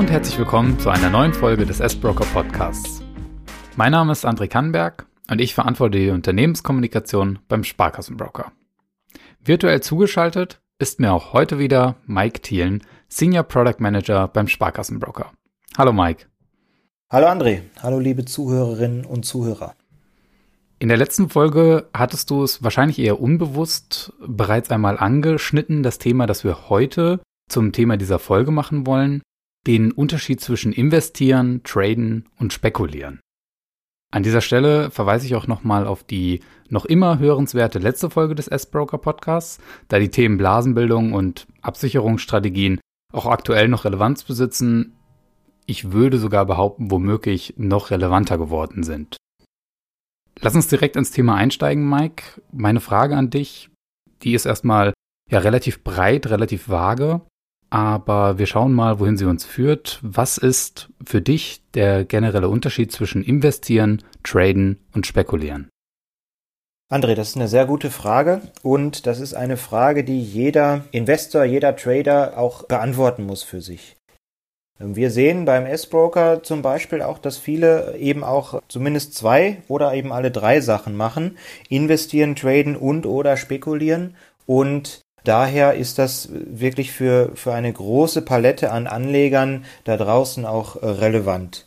und herzlich willkommen zu einer neuen Folge des S-Broker Podcasts. Mein Name ist André Kannberg und ich verantworte die Unternehmenskommunikation beim Sparkassenbroker. Virtuell zugeschaltet ist mir auch heute wieder Mike Thielen, Senior Product Manager beim Sparkassenbroker. Hallo Mike. Hallo André, hallo liebe Zuhörerinnen und Zuhörer. In der letzten Folge hattest du es wahrscheinlich eher unbewusst bereits einmal angeschnitten, das Thema, das wir heute zum Thema dieser Folge machen wollen, den Unterschied zwischen investieren, traden und spekulieren. An dieser Stelle verweise ich auch nochmal auf die noch immer hörenswerte letzte Folge des S-Broker Podcasts, da die Themen Blasenbildung und Absicherungsstrategien auch aktuell noch Relevanz besitzen. Ich würde sogar behaupten, womöglich noch relevanter geworden sind. Lass uns direkt ins Thema einsteigen, Mike. Meine Frage an dich, die ist erstmal relativ breit, relativ vage, aber wir schauen mal, wohin sie uns führt. Was ist für dich der generelle Unterschied zwischen investieren, traden und spekulieren? André, das ist eine sehr gute Frage und das ist eine Frage, die jeder Investor, jeder Trader auch beantworten muss für sich. Wir sehen beim S-Broker zum Beispiel auch, dass viele eben auch zumindest 2 oder eben alle 3 Sachen machen. Investieren, traden und oder spekulieren. Und daher ist das wirklich für eine große Palette an Anlegern da draußen auch relevant.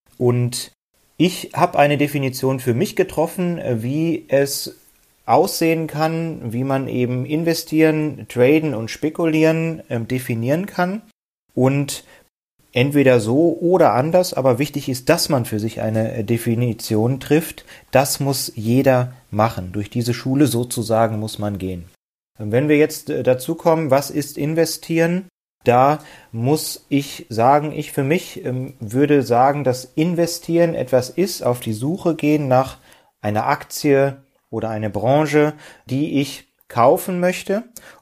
Und ich habe eine Definition für mich getroffen, wie es aussehen kann, wie man eben investieren, traden und spekulieren definieren kann. Und entweder so oder anders, aber wichtig ist, dass man für sich eine Definition trifft. Das muss jeder machen. Durch diese Schule sozusagen muss man gehen. Wenn wir jetzt dazu kommen, was ist investieren? Da muss ich sagen, ich für mich würde sagen, dass investieren etwas ist, auf die Suche gehen nach einer Aktie oder einer Branche, die ich kaufen möchte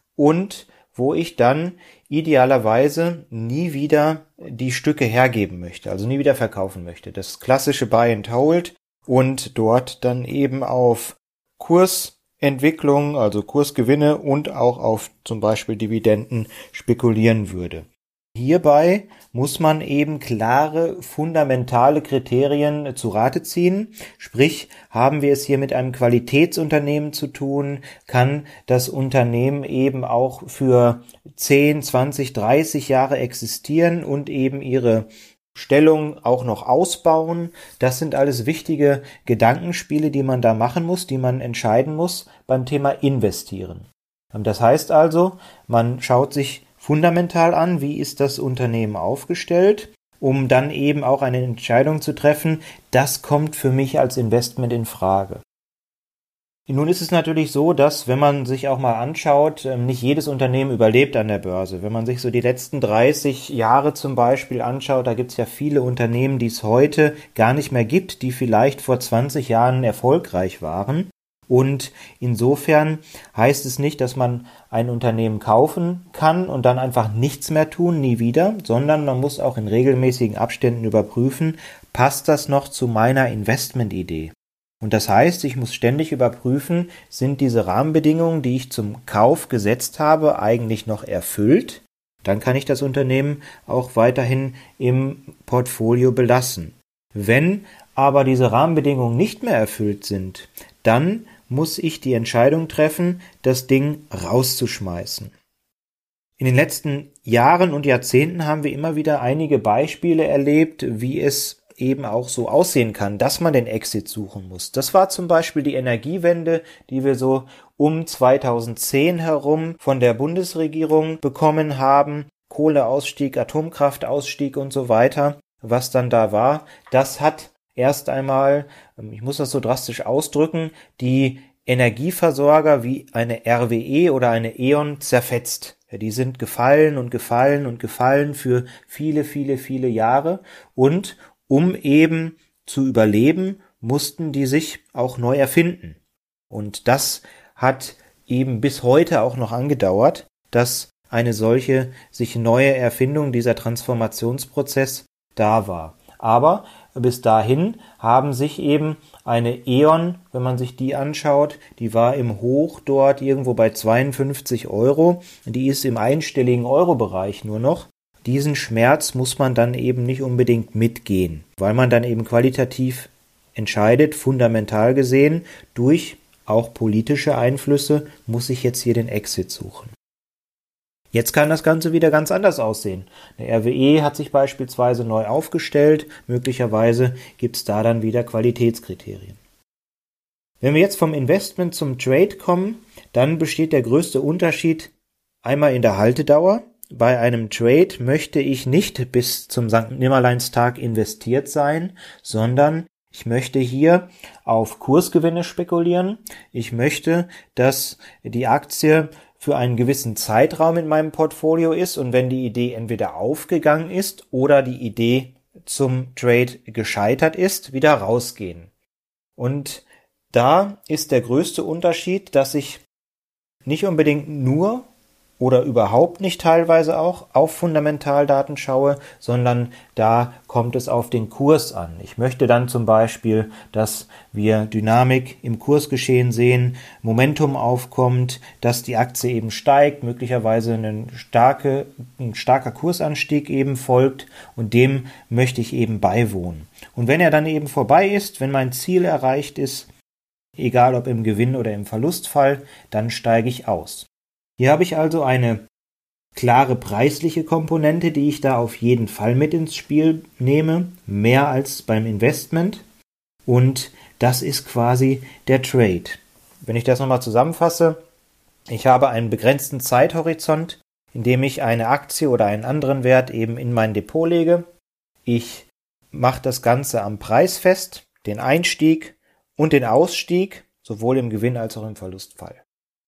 und wo ich dann idealerweise nie wieder die Stücke hergeben möchte, also nie wieder verkaufen möchte. Das klassische Buy and Hold und dort dann eben auf Kursentwicklung, also Kursgewinne und auch auf zum Beispiel Dividenden spekulieren würde. Hierbei muss man eben klare, fundamentale Kriterien zu Rate ziehen. Sprich, haben wir es hier mit einem Qualitätsunternehmen zu tun, kann das Unternehmen eben auch für 10, 20, 30 Jahre existieren und eben ihre Stellung auch noch ausbauen. Das sind alles wichtige Gedankenspiele, die man da machen muss, die man entscheiden muss beim Thema Investieren. Das heißt also, man schaut sich fundamental an, wie ist das Unternehmen aufgestellt, um dann eben auch eine Entscheidung zu treffen, das kommt für mich als Investment in Frage. Nun ist es natürlich so, dass, wenn man sich auch mal anschaut, nicht jedes Unternehmen überlebt an der Börse. Wenn man sich so die letzten 30 Jahre zum Beispiel anschaut, da gibt es ja viele Unternehmen, die es heute gar nicht mehr gibt, die vielleicht vor 20 Jahren erfolgreich waren. Und insofern heißt es nicht, dass man ein Unternehmen kaufen kann und dann einfach nichts mehr tun, nie wieder, sondern man muss auch in regelmäßigen Abständen überprüfen, passt das noch zu meiner Investmentidee? Und das heißt, ich muss ständig überprüfen, sind diese Rahmenbedingungen, die ich zum Kauf gesetzt habe, eigentlich noch erfüllt? Dann kann ich das Unternehmen auch weiterhin im Portfolio belassen. Wenn aber diese Rahmenbedingungen nicht mehr erfüllt sind, dann muss ich die Entscheidung treffen, das Ding rauszuschmeißen. In den letzten Jahren und Jahrzehnten haben wir immer wieder einige Beispiele erlebt, wie es eben auch so aussehen kann, dass man den Exit suchen muss. Das war zum Beispiel die Energiewende, die wir so um 2010 herum von der Bundesregierung bekommen haben. Kohleausstieg, Atomkraftausstieg und so weiter, was dann da war, das hat erst einmal, ich muss das so drastisch ausdrücken, die Energieversorger wie eine RWE oder eine E.ON zerfetzt. Ja, die sind gefallen und gefallen und gefallen für viele, viele, viele Jahre. Und um eben zu überleben, mussten die sich auch neu erfinden. Und das hat eben bis heute auch noch angedauert, dass eine solche sich neue Erfindung, dieser Transformationsprozess da war. Aber bis dahin haben sich eben eine E.ON, wenn man sich die anschaut, die war im Hoch dort irgendwo bei 52 Euro. Die ist im einstelligen Euro-Bereich nur noch. diesen Schmerz muss man dann eben nicht unbedingt mitgehen, weil man dann eben qualitativ entscheidet, fundamental gesehen, durch auch politische Einflüsse muss ich jetzt hier den Exit suchen. Jetzt kann das Ganze wieder ganz anders aussehen. Eine RWE hat sich beispielsweise neu aufgestellt, möglicherweise gibt es da dann wieder Qualitätskriterien. Wenn wir jetzt vom Investment zum Trade kommen, dann besteht der größte Unterschied einmal in der Haltedauer. Bei einem Trade möchte ich nicht bis zum St. Nimmerleinstag investiert sein, sondern ich möchte hier auf Kursgewinne spekulieren. Ich möchte, dass die Aktie für einen gewissen Zeitraum in meinem Portfolio ist und wenn die Idee entweder aufgegangen ist oder die Idee zum Trade gescheitert ist, wieder rausgehen. Und da ist der größte Unterschied, dass ich nicht unbedingt nur oder überhaupt nicht teilweise auch auf Fundamentaldaten schaue, sondern da kommt es auf den Kurs an. Ich möchte dann zum Beispiel, dass wir Dynamik im Kursgeschehen sehen, Momentum aufkommt, dass die Aktie eben steigt, möglicherweise ein starker Kursanstieg eben folgt und dem möchte ich eben beiwohnen. Und wenn er dann eben vorbei ist, wenn mein Ziel erreicht ist, egal ob im Gewinn- oder im Verlustfall, dann steige ich aus. Hier habe ich also eine klare preisliche Komponente, die ich da auf jeden Fall mit ins Spiel nehme, mehr als beim Investment. Und das ist quasi der Trade. Wenn ich das nochmal zusammenfasse, ich habe einen begrenzten Zeithorizont, in dem ich eine Aktie oder einen anderen Wert eben in mein Depot lege. Ich mache das Ganze am Preis fest, den Einstieg und den Ausstieg, sowohl im Gewinn- als auch im Verlustfall.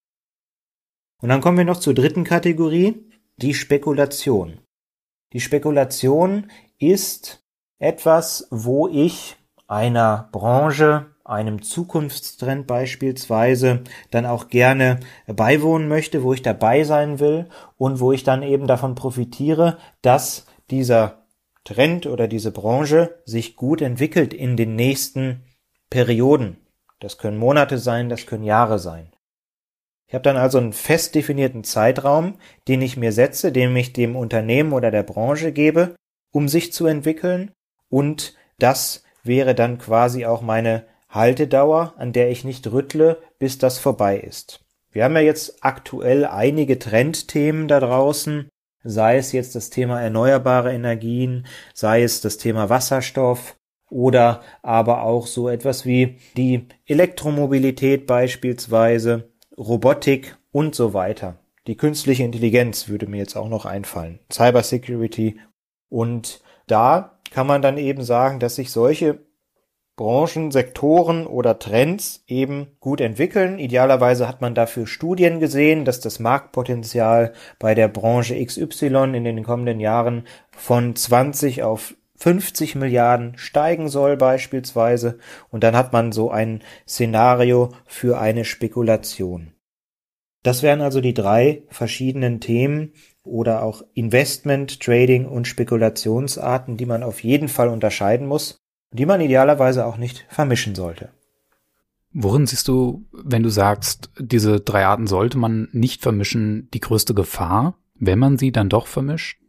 Und dann kommen wir noch zur dritten Kategorie, die Spekulation. Die Spekulation ist etwas, wo ich einer Branche, einem Zukunftstrend beispielsweise, dann auch gerne beiwohnen möchte, wo ich dabei sein will und wo ich dann eben davon profitiere, dass dieser Trend oder diese Branche sich gut entwickelt in den nächsten Perioden. Das können Monate sein, das können Jahre sein. Ich habe dann also einen fest definierten Zeitraum, den ich mir setze, den ich dem Unternehmen oder der Branche gebe, um sich zu entwickeln. Und das wäre dann quasi auch meine Haltedauer, an der ich nicht rüttle, bis das vorbei ist. Wir haben ja jetzt aktuell einige Trendthemen da draußen, sei es jetzt das Thema erneuerbare Energien, sei es das Thema Wasserstoff oder aber auch so etwas wie die Elektromobilität beispielsweise, Robotik und so weiter. Die künstliche Intelligenz würde mir jetzt auch noch einfallen. Cybersecurity. Und da kann man dann eben sagen, dass sich solche Branchen, Sektoren oder Trends eben gut entwickeln. Idealerweise hat man dafür Studien gesehen, dass das Marktpotenzial bei der Branche XY in den kommenden Jahren von 20 auf 50 Milliarden steigen soll beispielsweise und dann hat man so ein Szenario für eine Spekulation. Das wären also die 3 verschiedenen Themen oder auch Investment, Trading und Spekulationsarten, die man auf jeden Fall unterscheiden muss und die man idealerweise auch nicht vermischen sollte. Worin siehst du, wenn du sagst, diese 3 Arten sollte man nicht vermischen, die größte Gefahr, wenn man sie dann doch vermischt?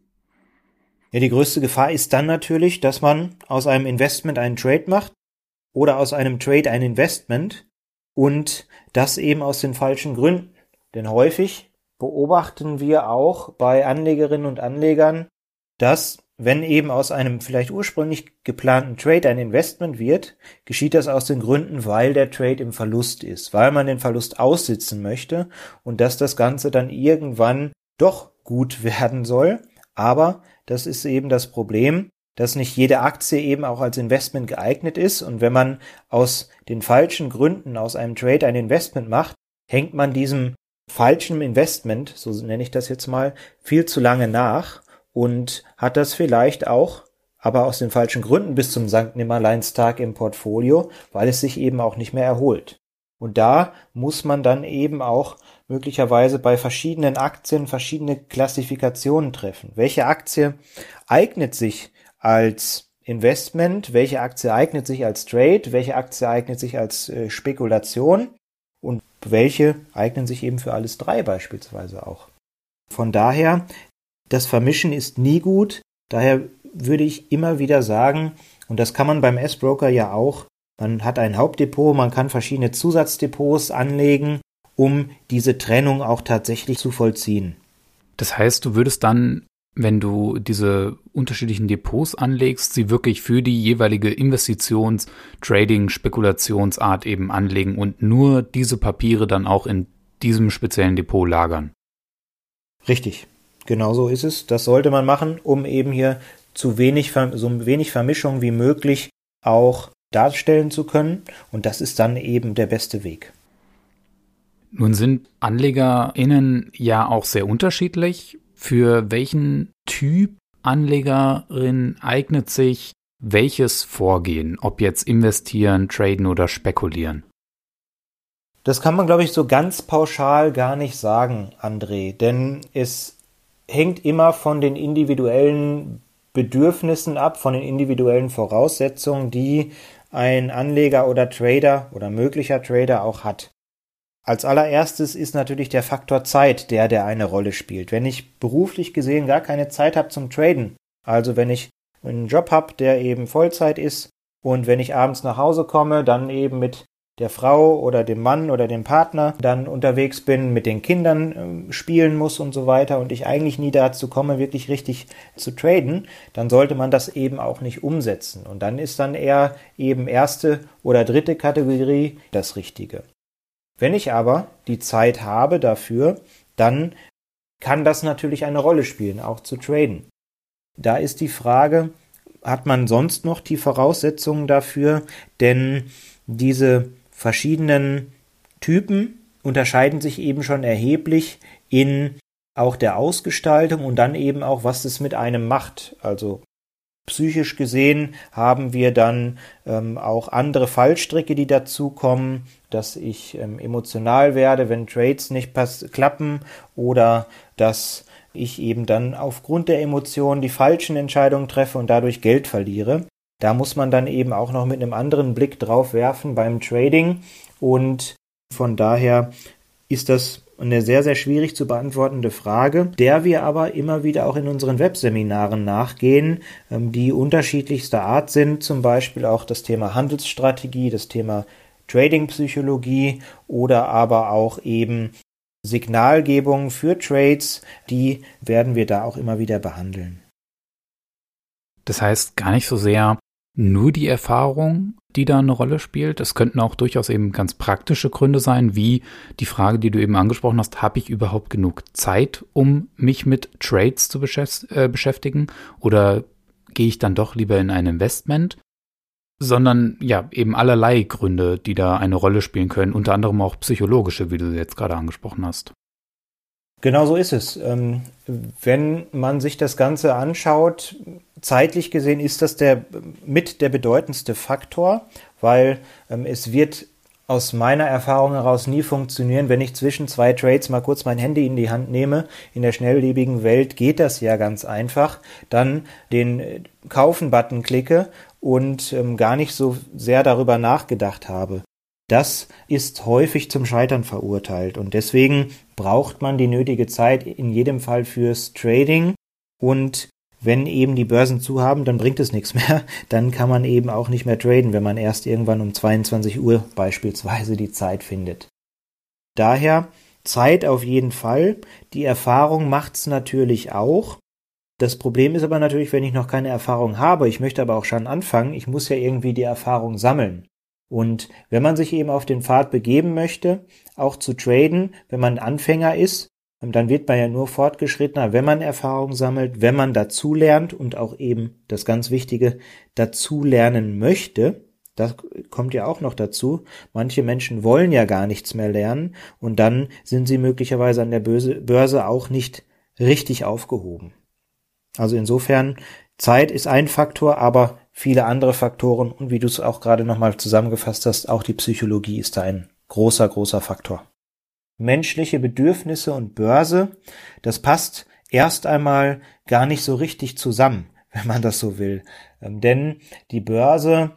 Ja, die größte Gefahr ist dann natürlich, dass man aus einem Investment einen Trade macht oder aus einem Trade ein Investment und das eben aus den falschen Gründen. Denn häufig beobachten wir auch bei Anlegerinnen und Anlegern, dass, wenn eben aus einem vielleicht ursprünglich geplanten Trade ein Investment wird, geschieht das aus den Gründen, weil der Trade im Verlust ist, weil man den Verlust aussitzen möchte und dass das Ganze dann irgendwann doch gut werden soll. Aber das ist eben das Problem, dass nicht jede Aktie eben auch als Investment geeignet ist und wenn man aus den falschen Gründen aus einem Trade ein Investment macht, hängt man diesem falschen Investment, so nenne ich das jetzt mal, viel zu lange nach und hat das vielleicht auch, aber aus den falschen Gründen bis zum St. Nimmerleinstag im Portfolio, weil es sich eben auch nicht mehr erholt. Und da muss man dann eben auch möglicherweise bei verschiedenen Aktien verschiedene Klassifikationen treffen. Welche Aktie eignet sich als Investment? Welche Aktie eignet sich als Trade? Welche Aktie eignet sich als Spekulation? Und welche eignen sich eben für alles 3 beispielsweise auch? Von daher Das Vermischen ist nie gut. Daher würde ich immer wieder sagen, und das kann man beim S-Broker ja auch, man hat ein Hauptdepot, man kann verschiedene Zusatzdepots anlegen, um diese Trennung auch tatsächlich zu vollziehen. Das heißt, du würdest dann, wenn du diese unterschiedlichen Depots anlegst, sie wirklich für die jeweilige Investitions-, Trading-, Spekulationsart eben anlegen und nur diese Papiere dann auch in diesem speziellen Depot lagern. Richtig, genau so ist es. Das sollte man machen, um eben hier so wenig Vermischung wie möglich auch darstellen zu können. Und das ist dann eben der beste Weg. Nun sind AnlegerInnen ja auch sehr unterschiedlich. Für welchen Typ Anlegerin eignet sich welches Vorgehen? Ob jetzt investieren, traden oder spekulieren? Das kann man, glaube ich, so ganz pauschal gar nicht sagen, André. Denn es hängt immer von den individuellen Bedürfnissen ab, von den individuellen Voraussetzungen, die ein Anleger oder Trader oder möglicher Trader auch hat. Als allererstes ist natürlich der Faktor Zeit, der eine Rolle spielt. Wenn ich beruflich gesehen gar keine Zeit habe zum Traden, also wenn ich einen Job habe, der eben Vollzeit ist und wenn ich abends nach Hause komme, dann eben mit der Frau oder dem Mann oder dem Partner dann unterwegs bin, mit den Kindern spielen muss und so weiter und ich eigentlich nie dazu komme, wirklich richtig zu traden, dann sollte man das eben auch nicht umsetzen. Und dann ist dann eher eben erste oder dritte Kategorie das Richtige. Wenn ich aber die Zeit habe dafür, dann kann das natürlich eine Rolle spielen, auch zu traden. Da ist die Frage, hat man sonst noch die Voraussetzungen dafür? Denn diese verschiedenen Typen unterscheiden sich eben schon erheblich in auch der Ausgestaltung und dann eben auch, was es mit einem macht. Also psychisch gesehen haben wir dann auch andere Fallstricke, die dazukommen, dass ich emotional werde, wenn Trades nicht klappen oder dass ich eben dann aufgrund der Emotionen die falschen Entscheidungen treffe und dadurch Geld verliere. Da muss man dann eben auch noch mit einem anderen Blick drauf werfen beim Trading und von daher ist das eine sehr, sehr schwierig zu beantwortende Frage, der wir aber immer wieder auch in unseren Webseminaren nachgehen, die unterschiedlichster Art sind, zum Beispiel auch das Thema Handelsstrategie, das Thema Trading-Psychologie oder aber auch eben Signalgebung für Trades, die werden wir da auch immer wieder behandeln. Das heißt gar nicht so sehr nur die Erfahrung, die da eine Rolle spielt. Es könnten auch durchaus eben ganz praktische Gründe sein, wie die Frage, die du eben angesprochen hast, habe ich überhaupt genug Zeit, um mich mit Trades zu beschäftigen oder gehe ich dann doch lieber in ein Investment? Sondern ja, eben allerlei Gründe, die da eine Rolle spielen können, unter anderem auch psychologische, wie du jetzt gerade angesprochen hast. Genau so ist es. Wenn man sich das Ganze anschaut, zeitlich gesehen ist das der bedeutendste Faktor, weil es wird aus meiner Erfahrung heraus nie funktionieren, wenn ich zwischen zwei Trades mal kurz mein Handy in die Hand nehme. In der schnelllebigen Welt geht das ja ganz einfach. Dann den Kaufen-Button klicke und gar nicht so sehr darüber nachgedacht habe. Das ist häufig zum Scheitern verurteilt und deswegen braucht man die nötige Zeit in jedem Fall fürs Trading und wenn eben die Börsen zu haben, dann bringt es nichts mehr, dann kann man eben auch nicht mehr traden, wenn man erst irgendwann um 22 Uhr beispielsweise die Zeit findet. Daher Zeit auf jeden Fall, die Erfahrung macht's natürlich auch. Das Problem ist aber natürlich, wenn ich noch keine Erfahrung habe, ich möchte aber auch schon anfangen, ich muss ja irgendwie die Erfahrung sammeln. Und wenn man sich eben auf den Pfad begeben möchte, auch zu traden, wenn man Anfänger ist, dann wird man ja nur fortgeschrittener, wenn man Erfahrung sammelt, wenn man dazulernt und auch eben das ganz Wichtige dazulernen möchte. Das kommt ja auch noch dazu. Manche Menschen wollen ja gar nichts mehr lernen und dann sind sie möglicherweise an der Börse auch nicht richtig aufgehoben. Also insofern, Zeit ist ein Faktor, aber viele andere Faktoren und wie du es auch gerade nochmal zusammengefasst hast, auch die Psychologie ist da ein großer, großer Faktor. Menschliche Bedürfnisse und Börse, das passt erst einmal gar nicht so richtig zusammen, wenn man das so will. Denn die Börse,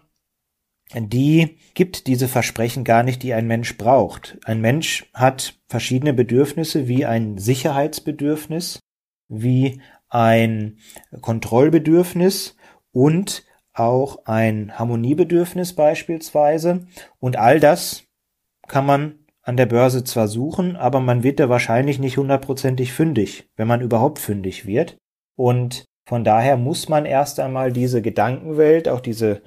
die gibt diese Versprechen gar nicht, die ein Mensch braucht. Ein Mensch hat verschiedene Bedürfnisse, wie ein Sicherheitsbedürfnis, wie ein Kontrollbedürfnis und auch ein Harmoniebedürfnis beispielsweise. Und all das kann man an der Börse zwar suchen, aber man wird da wahrscheinlich nicht 100%ig fündig, wenn man überhaupt fündig wird. Und von daher muss man erst einmal diese Gedankenwelt, auch diese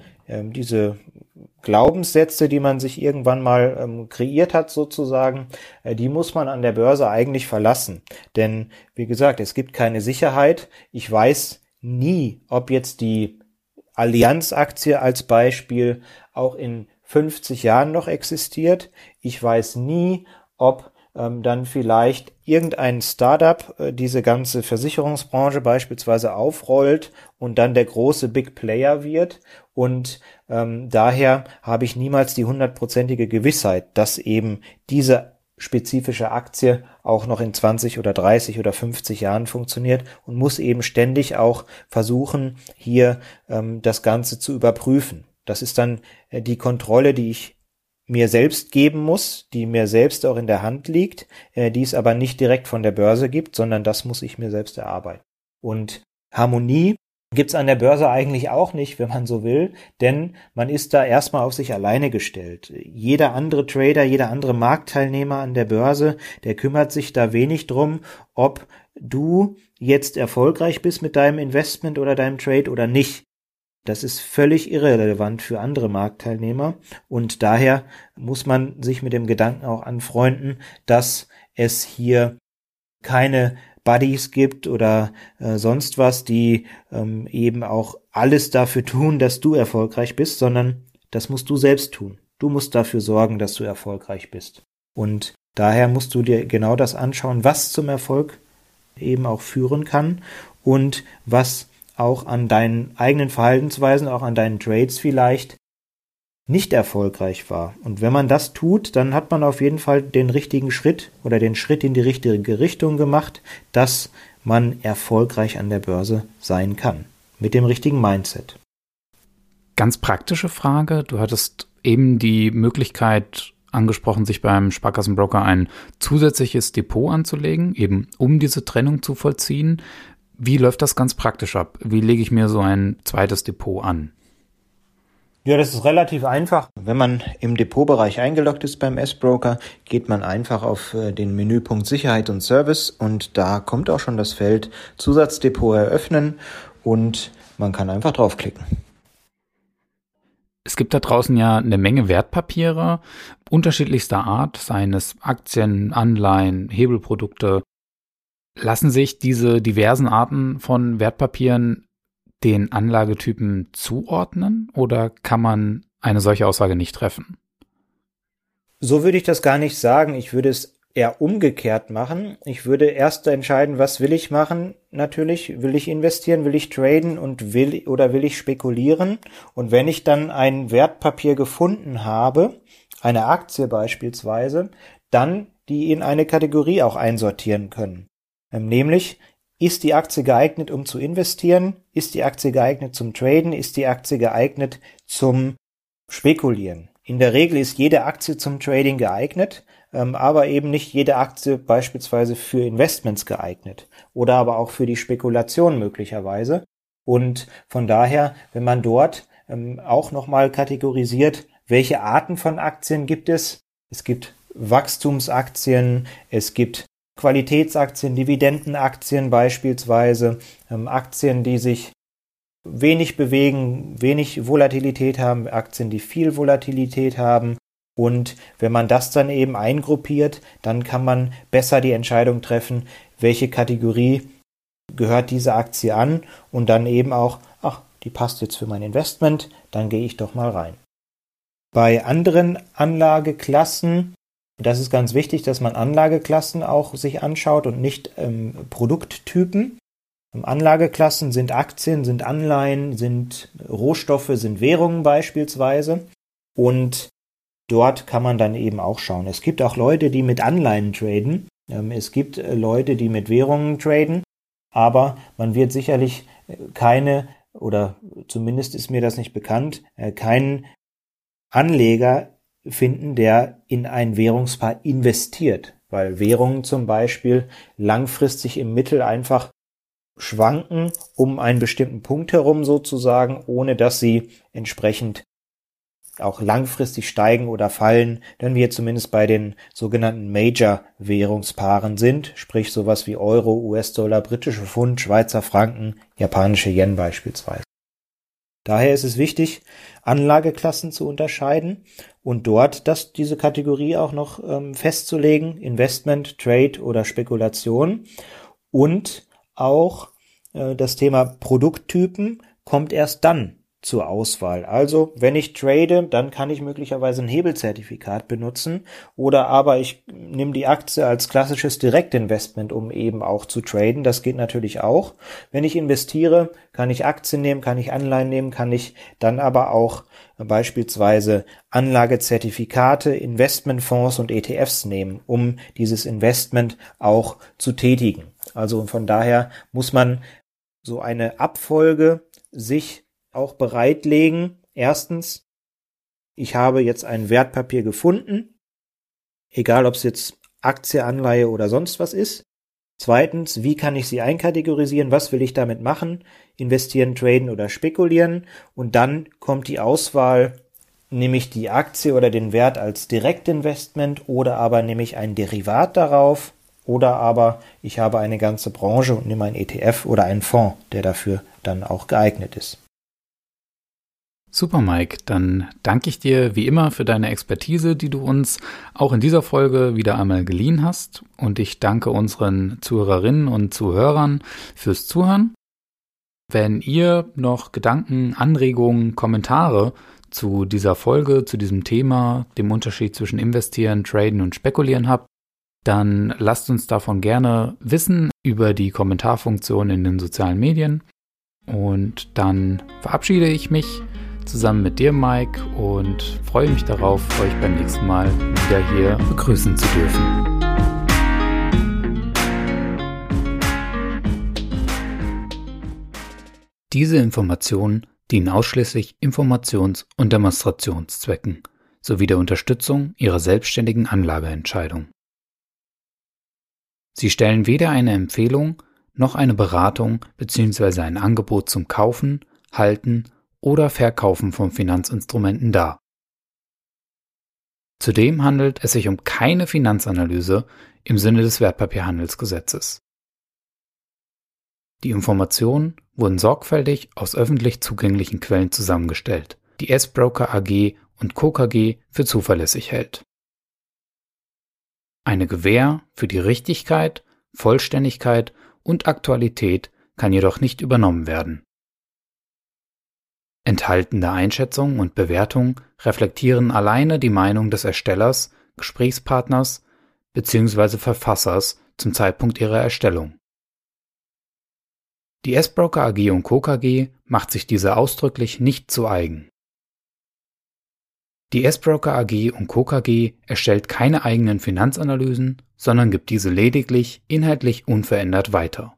Glaubenssätze, die man sich irgendwann mal kreiert hat sozusagen, die muss man an der Börse eigentlich verlassen. Denn wie gesagt, es gibt keine Sicherheit. Ich weiß nie, ob jetzt die Allianz-Aktie als Beispiel auch in 50 Jahren noch existiert. Ich weiß nie, ob dann vielleicht irgendein Startup diese ganze Versicherungsbranche beispielsweise aufrollt und dann der große Big Player wird. Und daher habe ich niemals die 100%ige Gewissheit, dass eben diese spezifische Aktie auch noch in 20 oder 30 oder 50 Jahren funktioniert und muss eben ständig auch versuchen, hier das Ganze zu überprüfen. Das ist dann die Kontrolle, die ich mir selbst geben muss, die mir selbst auch in der Hand liegt, die es aber nicht direkt von der Börse gibt, sondern das muss ich mir selbst erarbeiten. Und Harmonie gibt's an der Börse eigentlich auch nicht, wenn man so will, denn man ist da erstmal auf sich alleine gestellt. Jeder andere Trader, jeder andere Marktteilnehmer an der Börse, der kümmert sich da wenig drum, ob du jetzt erfolgreich bist mit deinem Investment oder deinem Trade oder nicht. Das ist völlig irrelevant für andere Marktteilnehmer und daher muss man sich mit dem Gedanken auch anfreunden, dass es hier keine Buddies gibt oder sonst was, die eben auch alles dafür tun, dass du erfolgreich bist, sondern das musst du selbst tun. Du musst dafür sorgen, dass du erfolgreich bist. Und daher musst du dir genau das anschauen, was zum Erfolg eben auch führen kann und was auch an deinen eigenen Verhaltensweisen, auch an deinen Trades vielleicht nicht erfolgreich war. Und wenn man das tut, dann hat man auf jeden Fall den richtigen Schritt oder den Schritt in die richtige Richtung gemacht, dass man erfolgreich an der Börse sein kann. Mit dem richtigen Mindset. Ganz praktische Frage. Du hattest eben die Möglichkeit angesprochen, sich beim Sparkassenbroker ein zusätzliches Depot anzulegen, eben um diese Trennung zu vollziehen. Wie läuft das ganz praktisch ab? Wie lege ich mir so ein zweites Depot an? Ja, das ist relativ einfach. Wenn man im Depotbereich eingeloggt ist beim S-Broker, geht man einfach auf den Menüpunkt Sicherheit und Service und da kommt auch schon das Feld Zusatzdepot eröffnen und man kann einfach draufklicken. Es gibt da draußen ja eine Menge Wertpapiere unterschiedlichster Art, seien es Aktien, Anleihen, Hebelprodukte. Lassen sich diese diversen Arten von Wertpapieren den Anlagetypen zuordnen oder kann man eine solche Aussage nicht treffen? So würde ich das gar nicht sagen. Ich würde es eher umgekehrt machen. Ich würde erst entscheiden, was will ich machen? Natürlich, will ich investieren, will ich traden und will ich spekulieren? Und wenn ich dann ein Wertpapier gefunden habe, eine Aktie beispielsweise, dann die in eine Kategorie auch einsortieren können. Nämlich, ist die Aktie geeignet, um zu investieren? Ist die Aktie geeignet zum Traden? Ist die Aktie geeignet zum Spekulieren? In der Regel ist jede Aktie zum Trading geeignet, aber eben nicht jede Aktie beispielsweise für Investments geeignet oder aber auch für die Spekulation möglicherweise. Und von daher, wenn man dort auch nochmal kategorisiert, welche Arten von Aktien gibt es? Es gibt Wachstumsaktien, es gibt Qualitätsaktien, Dividendenaktien beispielsweise, Aktien, die sich wenig bewegen, wenig Volatilität haben, Aktien, die viel Volatilität haben. Und wenn man das dann eben eingruppiert, dann kann man besser die Entscheidung treffen, welche Kategorie gehört diese Aktie an und dann eben auch, die passt jetzt für mein Investment, dann gehe ich doch mal rein. Bei anderen Anlageklassen, das ist ganz wichtig, dass man Anlageklassen auch sich anschaut und nicht Produkttypen. Anlageklassen sind Aktien, sind Anleihen, sind Rohstoffe, sind Währungen beispielsweise. Und dort kann man dann eben auch schauen. Es gibt auch Leute, die mit Anleihen traden. Es gibt Leute, die mit Währungen traden. Aber man wird sicherlich keine, oder zumindest ist mir das nicht bekannt, keinen Anleger finden, der in ein Währungspaar investiert, weil Währungen zum Beispiel langfristig im Mittel einfach schwanken um einen bestimmten Punkt herum sozusagen, ohne dass sie entsprechend auch langfristig steigen oder fallen, wenn wir zumindest bei den sogenannten Major-Währungspaaren sind, sprich sowas wie Euro, US-Dollar, britische Pfund, Schweizer Franken, japanische Yen beispielsweise. Daher ist es wichtig, Anlageklassen zu unterscheiden und dort diese Kategorie auch noch festzulegen, Investment, Trade oder Spekulation. Und auch das Thema Produkttypen kommt erst dann zur Auswahl. Also, wenn ich trade, dann kann ich möglicherweise ein Hebelzertifikat benutzen oder aber ich nehme die Aktie als klassisches Direktinvestment, um eben auch zu traden. Das geht natürlich auch. Wenn ich investiere, kann ich Aktien nehmen, kann ich Anleihen nehmen, kann ich dann aber auch beispielsweise Anlagezertifikate, Investmentfonds und ETFs nehmen, um dieses Investment auch zu tätigen. Also von daher muss man so eine Abfolge sich auch bereitlegen. Erstens, ich habe jetzt ein Wertpapier gefunden, egal ob es jetzt Aktie, Anleihe oder sonst was ist. Zweitens, wie kann ich sie einkategorisieren? Was will ich damit machen? Investieren, traden oder spekulieren? Und dann kommt die Auswahl, nehme ich die Aktie oder den Wert als Direktinvestment oder aber nehme ich ein Derivat darauf oder aber ich habe eine ganze Branche und nehme einen ETF oder einen Fonds, der dafür dann auch geeignet ist. Super, Mike. Dann danke ich dir wie immer für deine Expertise, die du uns auch in dieser Folge wieder einmal geliehen hast. Und ich danke unseren Zuhörerinnen und Zuhörern fürs Zuhören. Wenn ihr noch Gedanken, Anregungen, Kommentare zu dieser Folge, zu diesem Thema, dem Unterschied zwischen Investieren, Traden und Spekulieren habt, dann lasst uns davon gerne wissen über die Kommentarfunktion in den sozialen Medien. Und dann verabschiede ich mich zusammen mit dir, Mike, und freue mich darauf, euch beim nächsten Mal wieder hier begrüßen zu dürfen. Diese Informationen dienen ausschließlich Informations- und Demonstrationszwecken sowie der Unterstützung Ihrer selbstständigen Anlageentscheidung. Sie stellen weder eine Empfehlung noch eine Beratung bzw. ein Angebot zum Kaufen, Halten oder Verkaufen von Finanzinstrumenten dar. Zudem handelt es sich um keine Finanzanalyse im Sinne des Wertpapierhandelsgesetzes. Die Informationen wurden sorgfältig aus öffentlich zugänglichen Quellen zusammengestellt, die S-Broker AG und Co. KG für zuverlässig hält. Eine Gewähr für die Richtigkeit, Vollständigkeit und Aktualität kann jedoch nicht übernommen werden. Enthaltene Einschätzungen und Bewertungen reflektieren alleine die Meinung des Erstellers, Gesprächspartners bzw. Verfassers zum Zeitpunkt ihrer Erstellung. Die S-Broker AG und Co. KG macht sich diese ausdrücklich nicht zu eigen. Die S-Broker AG und Co. KG erstellt keine eigenen Finanzanalysen, sondern gibt diese lediglich inhaltlich unverändert weiter.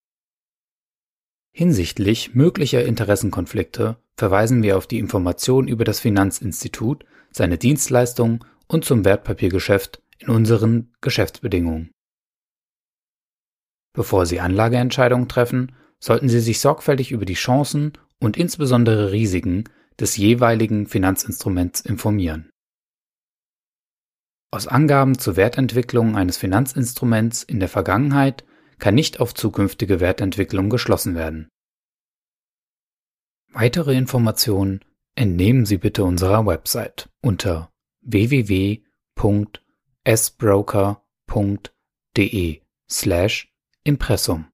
Hinsichtlich möglicher Interessenkonflikte verweisen wir auf die Informationen über das Finanzinstitut, seine Dienstleistungen und zum Wertpapiergeschäft in unseren Geschäftsbedingungen. Bevor Sie Anlageentscheidungen treffen, sollten Sie sich sorgfältig über die Chancen und insbesondere Risiken des jeweiligen Finanzinstruments informieren. Aus Angaben zur Wertentwicklung eines Finanzinstruments in der Vergangenheit kann nicht auf zukünftige Wertentwicklung geschlossen werden. Weitere Informationen entnehmen Sie bitte unserer Website unter www.sbroker.de/Impressum.